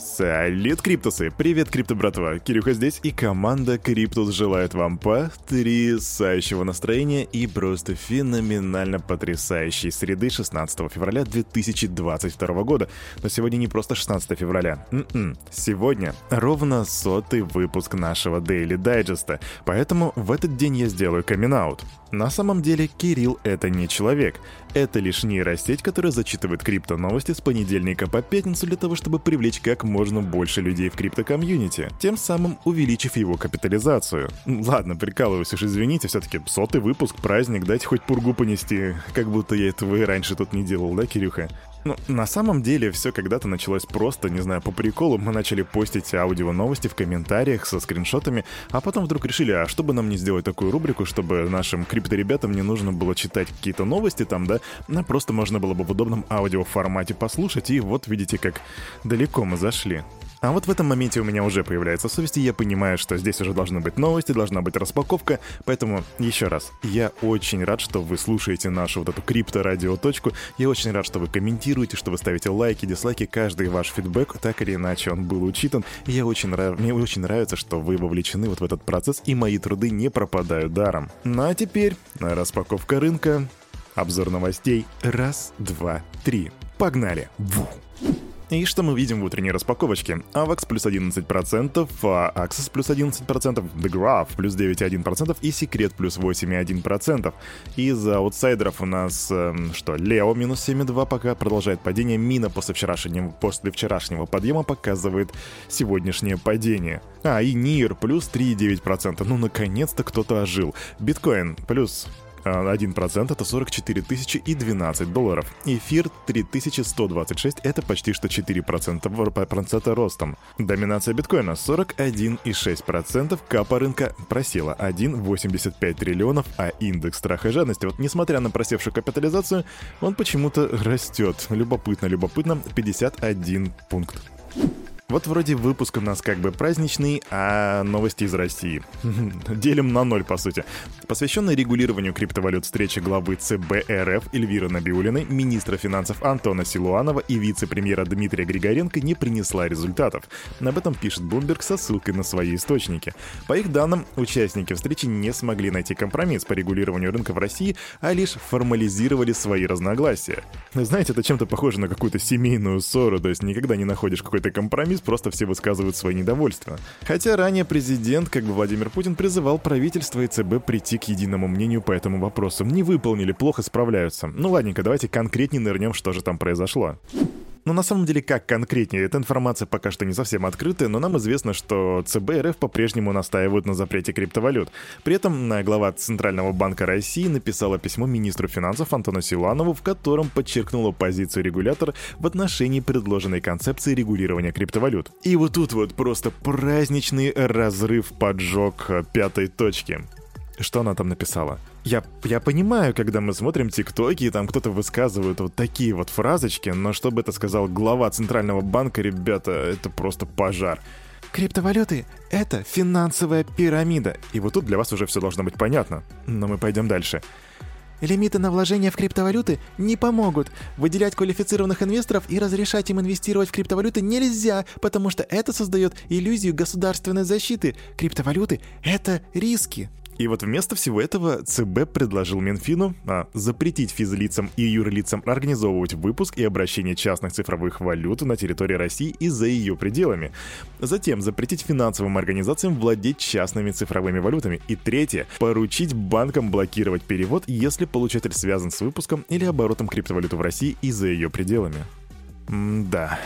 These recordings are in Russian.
Салют, Криптусы! Привет, Крипто братва! Кирюха здесь, и команда Криптус желает вам потрясающего настроения и просто феноменально потрясающей среды 16 февраля 2022 года. Но сегодня не просто 16 февраля. Сегодня ровно 100-й выпуск нашего Daily Digest, поэтому в этот день я сделаю камин-аут. На самом деле, Кирилл — это не человек. Это лишь нейросеть, которая зачитывает крипто-новости с понедельника по пятницу для того, чтобы привлечь как можно больше людей в крипто-комьюнити, тем самым увеличив его капитализацию. Ладно, прикалываюсь, уж извините, все-таки 100-й выпуск, праздник, дайте хоть пургу понести, как будто я этого и раньше тут не делал, да, Кирюха? Ну, на самом деле, все когда-то началось просто, не знаю, по приколу. Мы начали постить аудио-новости в комментариях со скриншотами, а потом вдруг решили, а что бы нам не сделать такую рубрику, чтобы нашим крипто-ребятам не нужно было читать какие-то новости там, да, а просто можно было бы в удобном аудиоформате послушать, и вот видите, как далеко мы зашли. А вот в этом моменте у меня уже появляется совесть, и я понимаю, что здесь уже должны быть новости, должна быть распаковка, поэтому еще раз, я очень рад, что вы слушаете нашу вот эту крипто-радиоточку, я очень рад, что вы комментируете, что вы ставите лайки, дизлайки, каждый ваш фидбэк, так или иначе он был учитан, и мне очень нравится, что вы вовлечены вот в этот процесс, и мои труды не пропадают даром. Ну а теперь распаковка рынка, обзор новостей, раз, два, три, погнали! И что мы видим в утренней распаковочке? AVAX плюс 11%, Axis плюс 11%, The Graph плюс 9,1% и Secret плюс 8,1%. Из аутсайдеров у нас, Leo минус 7,2% пока продолжает падение. Мина после вчерашнего подъема показывает сегодняшнее падение. И NIR плюс 3,9%. Ну, наконец-то кто-то ожил. Биткоин плюс 1%, это 44 тысячи и $12. Эфир 3126, это почти что 4% ростом. Доминация биткоина 41,6%, капа рынка просела 1,85 триллионов, а индекс страха и жадности, вот несмотря на просевшую капитализацию, он почему-то растет. Любопытно, 51 пункт. Вот вроде выпуск у нас как бы праздничный, а новости из России. Делим на 0, по сути. Посвященная регулированию криптовалют встреча главы ЦБ РФ Эльвиры Набиуллиной, министра финансов Антона Силуанова и вице-премьера Дмитрия Григоренко не принесла результатов. Об этом пишет Bloomberg со ссылкой на свои источники. По их данным, участники встречи не смогли найти компромисс по регулированию рынка в России, а лишь формализировали свои разногласия. Знаете, это чем-то похоже на какую-то семейную ссору, то есть никогда не находишь какой-то компромисс, просто все высказывают свое недовольство. Хотя ранее президент, как бы Владимир Путин, призывал правительство и ЦБ прийти к единому мнению по этому вопросу. Не выполнили, плохо справляются. Ну ладненько, давайте конкретнее нырнем, что же там произошло. Но на самом деле, как конкретнее, эта информация пока что не совсем открытая, но нам известно, что ЦБ РФ по-прежнему настаивают на запрете криптовалют. При этом глава Центрального банка России написала письмо министру финансов Антону Силуанову, в котором подчеркнула позицию регулятора в отношении предложенной концепции регулирования криптовалют. И вот тут вот просто праздничный разрыв, поджог пятой точки. Что она там написала? Я понимаю, когда мы смотрим тиктоки, и там кто-то высказывает вот такие вот фразочки, но что бы это сказал глава Центрального банка, ребята, это просто пожар. Криптовалюты — это финансовая пирамида. И вот тут для вас уже все должно быть понятно. Но мы пойдем дальше. Лимиты на вложения в криптовалюты не помогут. Выделять квалифицированных инвесторов и разрешать им инвестировать в криптовалюты нельзя, потому что это создает иллюзию государственной защиты. Криптовалюты — это риски. И вот вместо всего этого ЦБ предложил Минфину запретить физлицам и юрлицам организовывать выпуск и обращение частных цифровых валют на территории России и за ее пределами. Затем запретить финансовым организациям владеть частными цифровыми валютами. И третье, поручить банкам блокировать перевод, если получатель связан с выпуском или оборотом криптовалюты в России и за ее пределами. Да,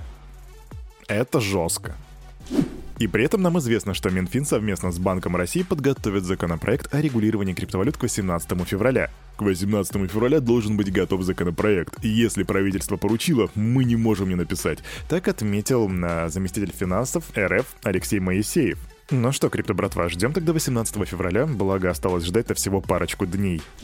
это жестко. И при этом нам известно, что Минфин совместно с Банком России подготовит законопроект о регулировании криптовалют к 18 февраля. К 18 февраля должен быть готов законопроект. И если правительство поручило, мы не можем не написать. Так отметил заместитель финансов РФ Алексей Моисеев. Ну что, крипто-братва, ждем тогда 18 февраля, благо осталось ждать-то всего парочку дней.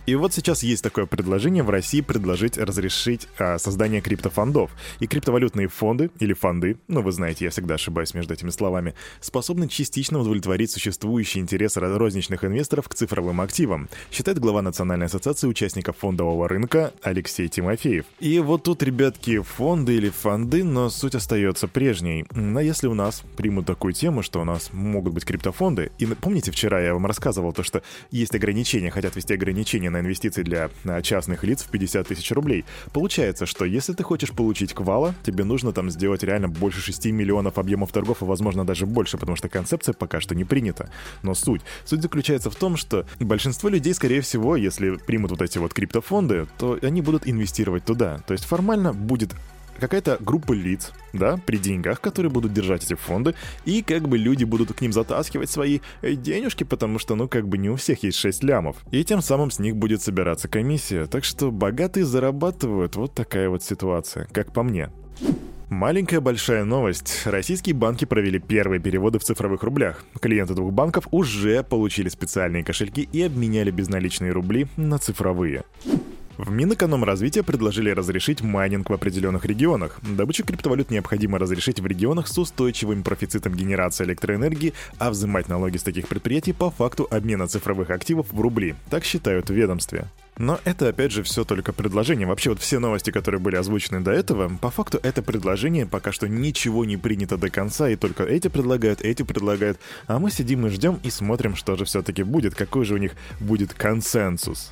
И вот сейчас есть такое предложение в России разрешить создание криптофондов. И криптовалютные фонды, или фонды, вы знаете, я всегда ошибаюсь между этими словами, способны частично удовлетворить существующие интересы розничных инвесторов к цифровым активам, считает глава Национальной ассоциации участников фондового рынка Алексей Тимофеев. И вот тут, ребятки, фонды или фонды, но суть остается прежней. Но если у нас примут такую тему, что у нас могут быть криптофонды, и помните, вчера я вам рассказывал то, что есть ограничения, хотят ввести ограничения на инвестиции для частных лиц в 50 тысяч рублей. Получается, что если ты хочешь получить квала, тебе нужно там сделать реально больше 6 миллионов объемов торгов, и, возможно, даже больше, потому что концепция пока что не принята. Но суть заключается в том, что большинство людей, скорее всего, если примут вот эти вот криптофонды, то они будут инвестировать туда. То есть формально будет какая-то группа лиц, да, при деньгах, которые будут держать эти фонды, и как бы люди будут к ним затаскивать свои денежки, потому что, не у всех есть 6 лямов. И тем самым с них будет собираться комиссия. Так что богатые зарабатывают. Вот такая вот ситуация, как по мне. Маленькая большая новость. Российские банки провели первые переводы в цифровых рублях. Клиенты 2 банков уже получили специальные кошельки и обменяли безналичные рубли на цифровые. В Минэкономразвития предложили разрешить майнинг в определенных регионах. Добычу криптовалют необходимо разрешить в регионах с устойчивым профицитом генерации электроэнергии, а взимать налоги с таких предприятий по факту обмена цифровых активов в рубли. Так считают в ведомстве. Но это, опять же, все только предложение. Вообще, вот все новости, которые были озвучены до этого, по факту это предложение, пока что ничего не принято до конца, и только эти предлагают, а мы сидим и ждем и смотрим, что же все-таки будет, какой же у них будет консенсус.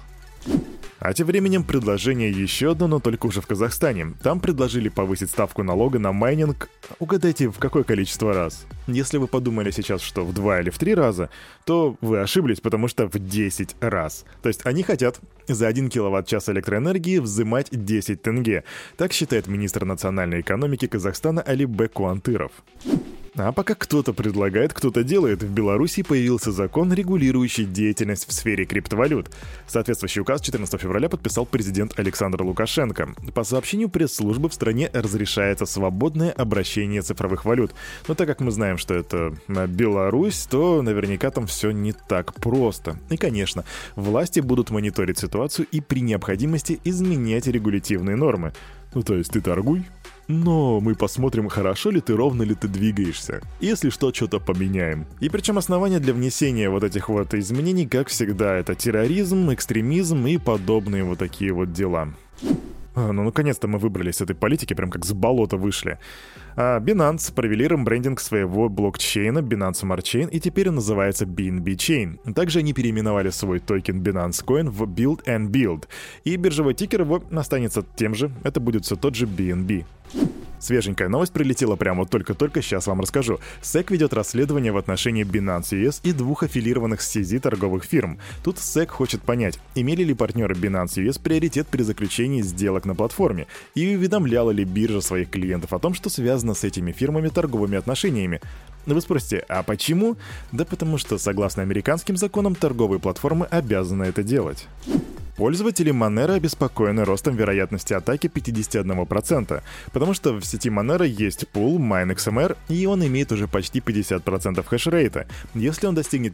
А тем временем предложение еще одно, но только уже в Казахстане. Там предложили повысить ставку налога на майнинг. Угадайте, в какое количество раз? Если вы подумали сейчас, что в 2 или в 3 раза, то вы ошиблись, потому что в 10 раз. То есть они хотят за 1 киловатт-час электроэнергии взимать 10 тенге. Так считает министр национальной экономики Казахстана Алибек Куантыров. А пока кто-то предлагает, кто-то делает, в Беларуси появился закон, регулирующий деятельность в сфере криптовалют. Соответствующий указ 14 февраля подписал президент Александр Лукашенко. По сообщению пресс-службы, в стране разрешается свободное обращение цифровых валют. Но так как мы знаем, что это Беларусь, то наверняка там все не так просто. И, конечно, власти будут мониторить ситуацию и при необходимости изменять регулятивные нормы. То есть ты торгуй, но мы посмотрим, хорошо ли ты, ровно ли ты двигаешься. Если что-то поменяем. И причем основания для внесения вот этих вот изменений, как всегда, это терроризм, экстремизм и подобные вот такие вот дела. Наконец-то мы выбрались с этой политики, прям как с болота вышли. Binance провели рембрендинг своего блокчейна Binance Smart Chain, и теперь он называется BNB Chain. Также они переименовали свой токен Binance Coin в Build and Build, и биржевой тикер его останется тем же, это будет все тот же BNB. Свеженькая новость прилетела прямо только-только, сейчас вам расскажу. SEC ведет расследование в отношении Binance US и 2 аффилированных с CZ торговых фирм. Тут SEC хочет понять, имели ли партнеры Binance US приоритет при заключении сделок на платформе, и уведомляла ли биржа своих клиентов о том, что связано с этими фирмами торговыми отношениями. Вы спросите, а почему? Да потому что, согласно американским законам, торговые платформы обязаны это делать. Пользователи Monero обеспокоены ростом вероятности атаки 51%, потому что в сети Monero есть пул MineXMR, и он имеет уже почти 50% хешрейта. Если он достигнет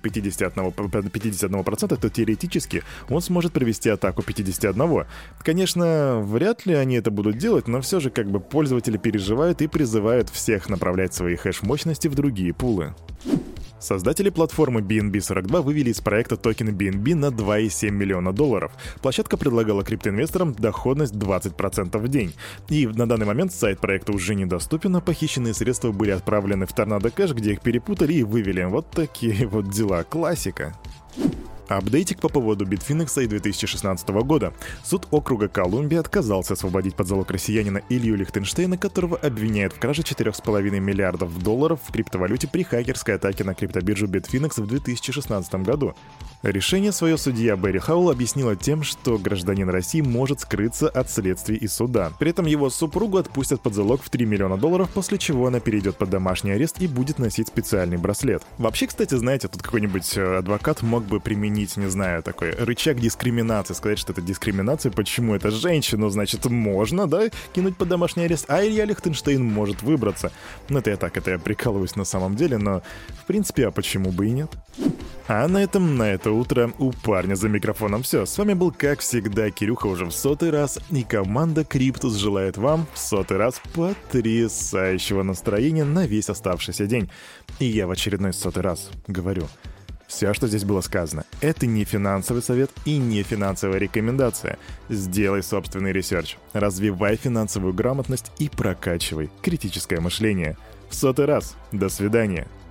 51%, то теоретически он сможет провести атаку 51%. Конечно, вряд ли они это будут делать, но все же пользователи переживают и призывают всех направлять свои хэш-мощности в другие пулы. Создатели платформы BNB42 вывели из проекта токены BNB на $2,7 миллиона. Площадка предлагала криптоинвесторам доходность 20% в день. И на данный момент сайт проекта уже недоступен, а похищенные средства были отправлены в Торнадо Кэш, где их перепутали и вывели. Вот такие вот дела. Классика. Апдейтик по поводу Bitfinex и 2016 года. Суд округа Колумбия отказался освободить под залог россиянина Илью Лихтенштейна, которого обвиняют в краже $4,5 миллиардов в криптовалюте при хакерской атаке на криптобиржу Bitfinex в 2016 году. Решение свое судья Берри Хаул объяснила тем, что гражданин России может скрыться от следствия и суда. При этом его супругу отпустят под залог в $3 миллиона, после чего она перейдет под домашний арест и будет носить специальный браслет. Вообще, кстати, знаете, тут какой-нибудь адвокат мог бы применить, не знаю, такой рычаг дискриминации, сказать, что это дискриминация, почему это женщину, значит, можно, да, кинуть под домашний арест, а Илья Лихтенштейн может выбраться. Это я прикалываюсь на самом деле, но в принципе, а почему бы и нет? А на это утро у парня за микрофоном все. С вами был, как всегда, Кирюха уже в 100-й раз, и команда Криптус желает вам в 100-й раз потрясающего настроения на весь оставшийся день. И я в очередной 100-й раз говорю: все, что здесь было сказано, это не финансовый совет и не финансовая рекомендация. Сделай собственный ресерч, развивай финансовую грамотность и прокачивай критическое мышление. В 100-й раз. До свидания.